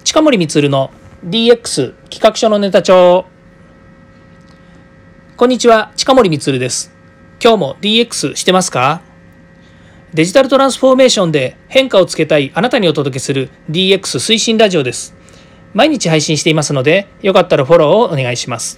近森光の DX 企画書のネタ帳。こんにちは、近森光です。今日も DX してますか？デジタルトランスフォーメーションで変化をつけたいあなたにお届けする DX 推進ラジオです。毎日配信していますので、よかったらフォローをお願いします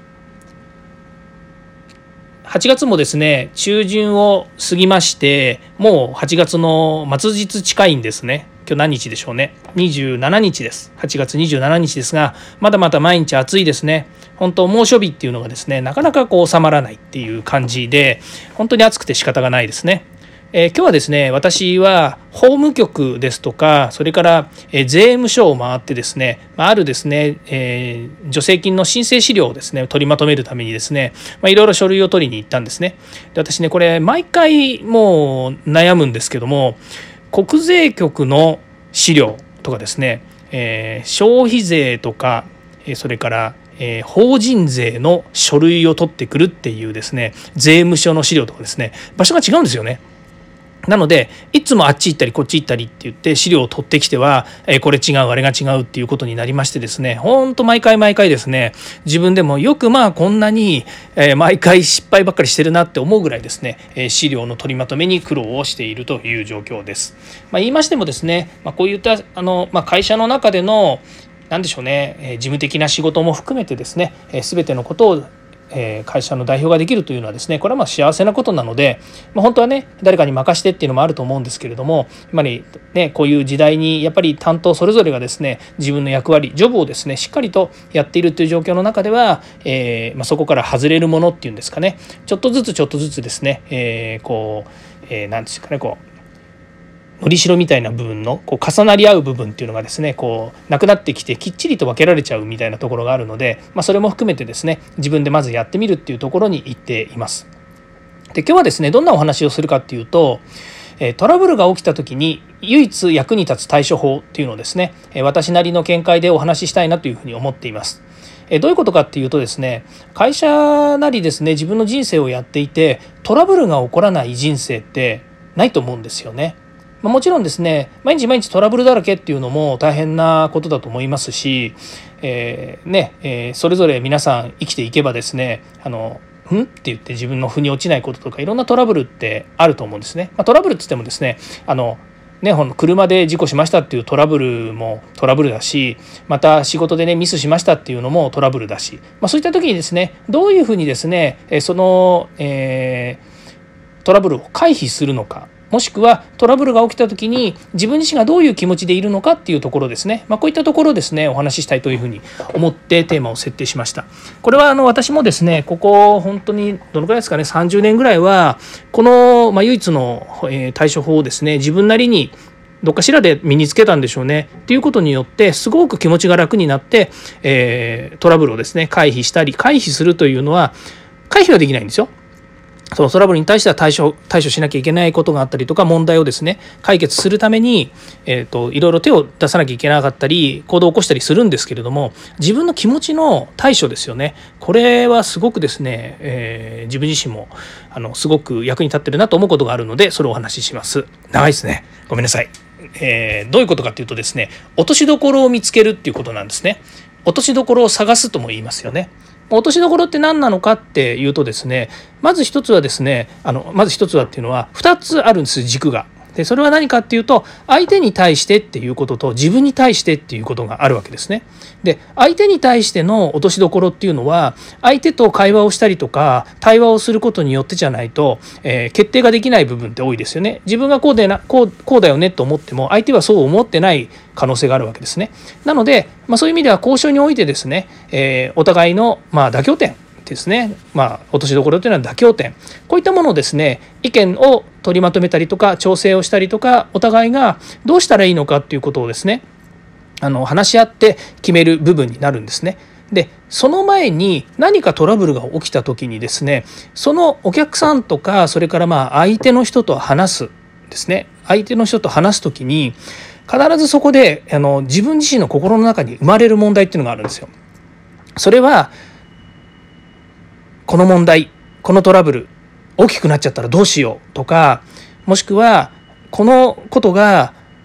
。8月もですね、中旬を過ぎまして、もう8月の末日近いんですね。今日何日でしょうね。27日です。8月27日ですが、まだまだ毎日暑いですね。本当猛暑日っていうのがですね、なかなか収まらないっていう感じで、本当に暑くて仕方がないですね。今日はですね、私は法務局ですとか、それから税務署を回ってですね、あるですね、助成金の申請資料をですね、取りまとめるためにですね、いろいろ書類を取りに行ったんですね。で、私ね、これ毎回もう悩むんですけども、国税局の資料とかですね、消費税とか、それから法人税の書類を取ってくるっていうですね、税務署の資料とかですね、場所が違うんですよね。なのでいつもあっち行ったりこっち行ったりって言って資料を取ってきてはこれ違うあれが違うっていうことになりましてですね、ほんと毎回ですね、自分でもよくこんなに毎回失敗ばっかりしてるなって思うぐらいですね、資料の取りまとめに苦労をしているという状況です。言いましてもですね、こういった会社の中での何でしょうね、事務的な仕事も含めてですね、全てのことを会社の代表ができるというのはですね、これは幸せなことなので、本当はね、誰かに任してっていうのもあると思うんですけれども、こういう時代にやっぱり担当それぞれがですね、自分の役割ジョブをですねしっかりとやっているという状況の中では、そこから外れるものっていうんですかね、ちょっとずつですね、なんですかね、のりしろみたいな部分の重なり合う部分っていうのがですね、なくなってきてきっちりと分けられちゃうみたいなところがあるので、それも含めてですね、自分でまずやってみるっていうところに行っています。で、今日はですね、どんなお話をするかっていうと、トラブルが起きた時に唯一役に立つ対処法っていうのをですね、私なりの見解でお話ししたいなというふうに思っています。どういうことかっていうとですね、会社なりですね、自分の人生をやっていてトラブルが起こらない人生ってないと思うんですよね。もちろんですね、毎日トラブルだらけっていうのも大変なことだと思いますし、それぞれ皆さん生きていけばですね、って言って自分の腑に落ちないこととかいろんなトラブルってあると思うんですね。トラブルって言ってもですね、車で事故しましたっていうトラブルもトラブルだし、また仕事でねミスしましたっていうのもトラブルだし、そういった時にですね、どういうふうにですねその、トラブルを回避するのか、もしくはトラブルが起きた時に自分自身がどういう気持ちでいるのかっていうところですね、こういったところですねお話ししたいというふうに思ってテーマを設定しました。これは私もですね、ここ本当にどのくらいですかね、30年ぐらいはこの、唯一の対処法をですね、自分なりにどっかしらで身につけたんでしょうねっていうことによってすごく気持ちが楽になって、トラブルをですね回避するというのは回避はできないんですよ。そのトラブルに対しては対処しなきゃいけないことがあったりとか、問題をですね解決するために、いろいろ手を出さなきゃいけなかったり行動を起こしたりするんですけれども、自分の気持ちの対処ですよね。これはすごくですね、自分自身もすごく役に立ってるなと思うことがあるので、それをお話しします。長いですね、ごめんなさい。どういうことかというとですね、落としどころを見つけるっていうことなんですね。落としどころを探すとも言いますよね。落としどころって何なのかっていうとですね、まず一つはですね、っていうのは2つあるんです、軸が。でそれは何かっていうと、相手に対してっていうことと自分に対してっていうことがあるわけですね。で相手に対しての落としどころっていうのは、相手と会話をしたりとか対話をすることによってじゃないと、決定ができない部分って多いですよね。自分がこうだよねと思っても相手はそう思ってない可能性があるわけですね。なので、そういう意味では交渉においてですね、お互いの妥協点ですね、落としどころというのは妥協点、こういったものをですね、意見を取りまとめたりとか調整をしたりとか、お互いがどうしたらいいのかっていうことをですね話し合って決める部分になるんですね。でその前に何かトラブルが起きた時にですね、そのお客さんとかそれから相手の人と話すですね、相手の人と話す時に必ずそこで自分自身の心の中に生まれる問題っていうのがあるんですよ。それはこの問題、このトラブル大きくなっちゃったらどうしようとか、もしくはこのことが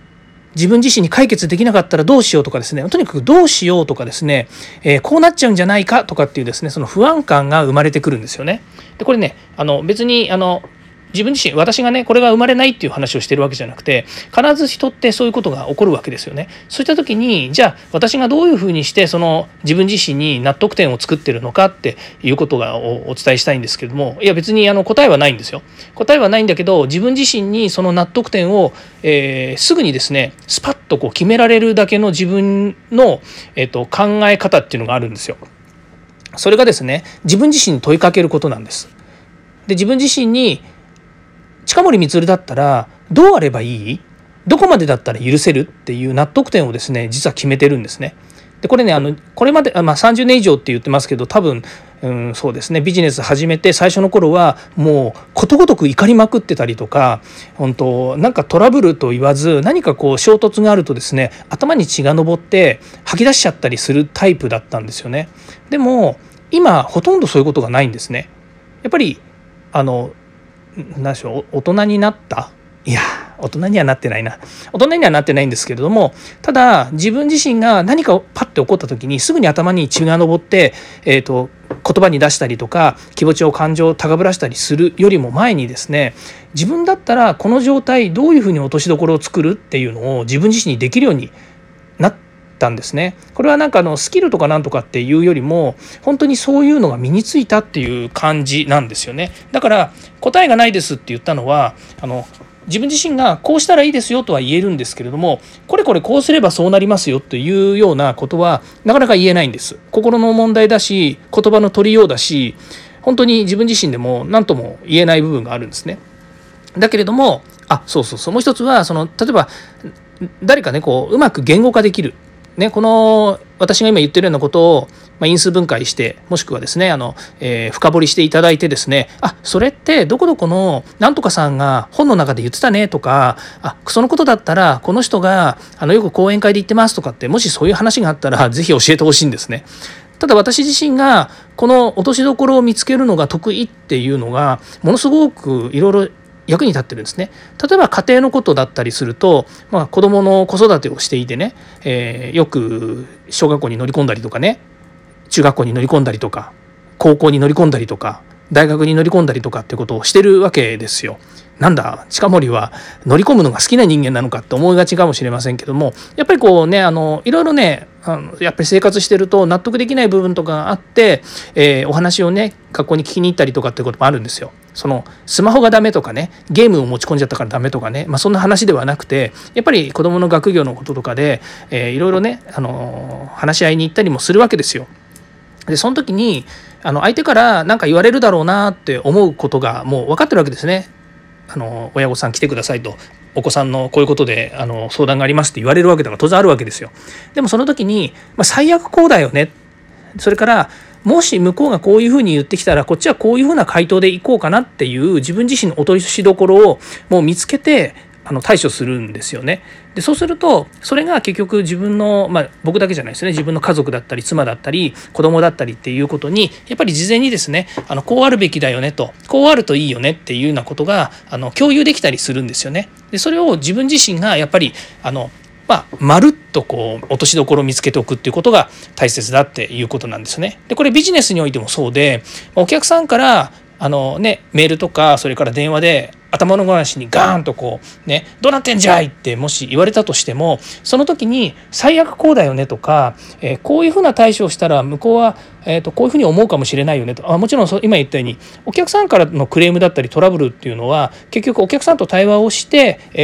自分自身に解決できなかったらどうしようとかですね、とにかくどうしようとかですね、こうなっちゃうんじゃないかとかっていうですね、その不安感が生まれてくるんですよね。でこれね、別に自分自身、私がねこれが生まれないっていう話をしてるわけじゃなくて、必ず人ってそういうことが起こるわけですよね。そういった時に、じゃあ私がどういうふうにしてその自分自身に納得点を作ってるのかっていうことがお伝えしたいんですけれども、いや別に答えはないんですよ。答えはないんだけど、自分自身にその納得点を、すぐにですねスパッと決められるだけの自分の、考え方っていうのがあるんですよ。それがですね、自分自身に問いかけることなんです。で、自分自身に近森光だったらどうあればいい？どこまでだったら許せるっていう納得点をですね、実は決めてるんですね。でこれね、これまで、30年以上って言ってますけど、多分、そうですね、ビジネス始めて最初の頃はもうことごとく怒りまくってたりとか、本当なんかトラブルと言わず、何か衝突があるとですね、頭に血が上って吐き出しちゃったりするタイプだったんですよね。でも今ほとんどそういうことがないんですね。やっぱり何でしょう、大人になった、いや大人にはなってないな、大人にはなってないんですけれども、ただ自分自身が何かをパッて起こった時にすぐに頭に血が上って、言葉に出したりとか気持ちを感情を高ぶらしたりするよりも前にですね、自分だったらこの状態どういうふうに落としどころを作るっていうのを自分自身にできるようになったんですね。これはなんかスキルとかなんとかっていうよりも、本当にそういうのが身についたっていう感じなんですよね。だから答えがないですって言ったのは、自分自身がこうしたらいいですよとは言えるんですけれども、これこうすればそうなりますよというようなことはなかなか言えないんです。心の問題だし、言葉の取りようだし、本当に自分自身でも何とも言えない部分があるんですね。だけれども、もう一つは例えば誰かねうまく言語化できるね、この私が今言ってるようなことを、因数分解して、もしくはですね深掘りしていただいてですね、それってどこどこのなんとかさんが本の中で言ってたねとか、そのことだったらこの人がよく講演会で言ってますとかって、もしそういう話があったらぜひ教えてほしいんですね。ただ私自身がこの落としどころを見つけるのが得意っていうのがものすごくいろいろ役に立ってるんですね。例えば家庭のことだったりすると、子どもの子育てをしていてね、よく小学校に乗り込んだりとかね、中学校に乗り込んだりとか、高校に乗り込んだりとか、大学に乗り込んだりとかってことをしてるわけですよ。なんだ近森は乗り込むのが好きな人間なのかって思いがちかもしれませんけども、やっぱりいろいろねやっぱり生活してると納得できない部分とかがあって、お話をね学校に聞きに行ったりとかってこともあるんですよ。スマホがダメとかね、ゲームを持ち込んじゃったからダメとかね、そんな話ではなくて、やっぱり子どもの学業のこととかで、いろいろね話し合いに行ったりもするわけですよ。でその時に相手から何か言われるだろうなって思うことがもう分かってるわけですね。親御さん来てくださいと、お子さんのこういうことで相談がありますって言われるわけだから当然あるわけですよ。でもその時に、最悪こうだよね、それからもし向こうがこういうふうに言ってきたらこっちはこういうふうな回答でいこうかなっていう自分自身の落としどころをもう見つけて対処するんですよね。でそうするとそれが結局自分の、僕だけじゃないですね、自分の家族だったり妻だったり子供だったりっていうことにやっぱり事前にですねこうあるべきだよねと、こうあるといいよねっていうようなことが共有できたりするんですよね。でそれを自分自身がやっぱりまるっと落としどころを見つけておくっていうことが大切だっていうことなんですね。でこれビジネスにおいてもそうで、お客さんからメールとかそれから電話で頭の話にガーンとどうなってんじゃいってもし言われたとしても、その時に最悪こうだよねとか、こういうふうな対処をしたら向こうは、こういうふうに思うかもしれないよねと、もちろん今言ったようにお客さんからのクレームだったりトラブルっていうのは結局お客さんと対話をして、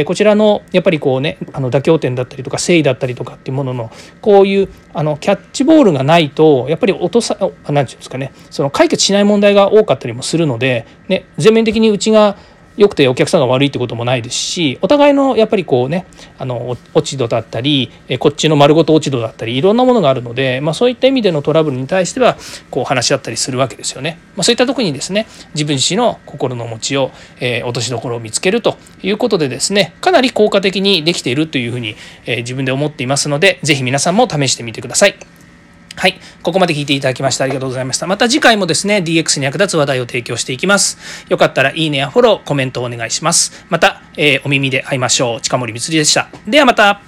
こちらのやっぱり妥協点だったりとか誠意だったりとかっていうもののこういうキャッチボールがないとやっぱりなんていうんですかね、解決しない問題が多かったりもするので、全面的にうちが良くてお客さんが悪いってこともないですし、お互いのやっぱり落ち度だったりこっちの丸ごと落ち度だったりいろんなものがあるので、そういった意味でのトラブルに対しては話し合ったりするわけですよね。そういった時にですね自分自身の心の持ちを、落としどころを見つけるということでですね、かなり効果的にできているというふうに、自分で思っていますので、ぜひ皆さんも試してみてください。はい、ここまで聞いていただきましてありがとうございました。また次回もですね DX に役立つ話題を提供していきます。よかったらいいねやフォロー、コメントをお願いします。また、お耳で会いましょう。近森光でした。ではまた。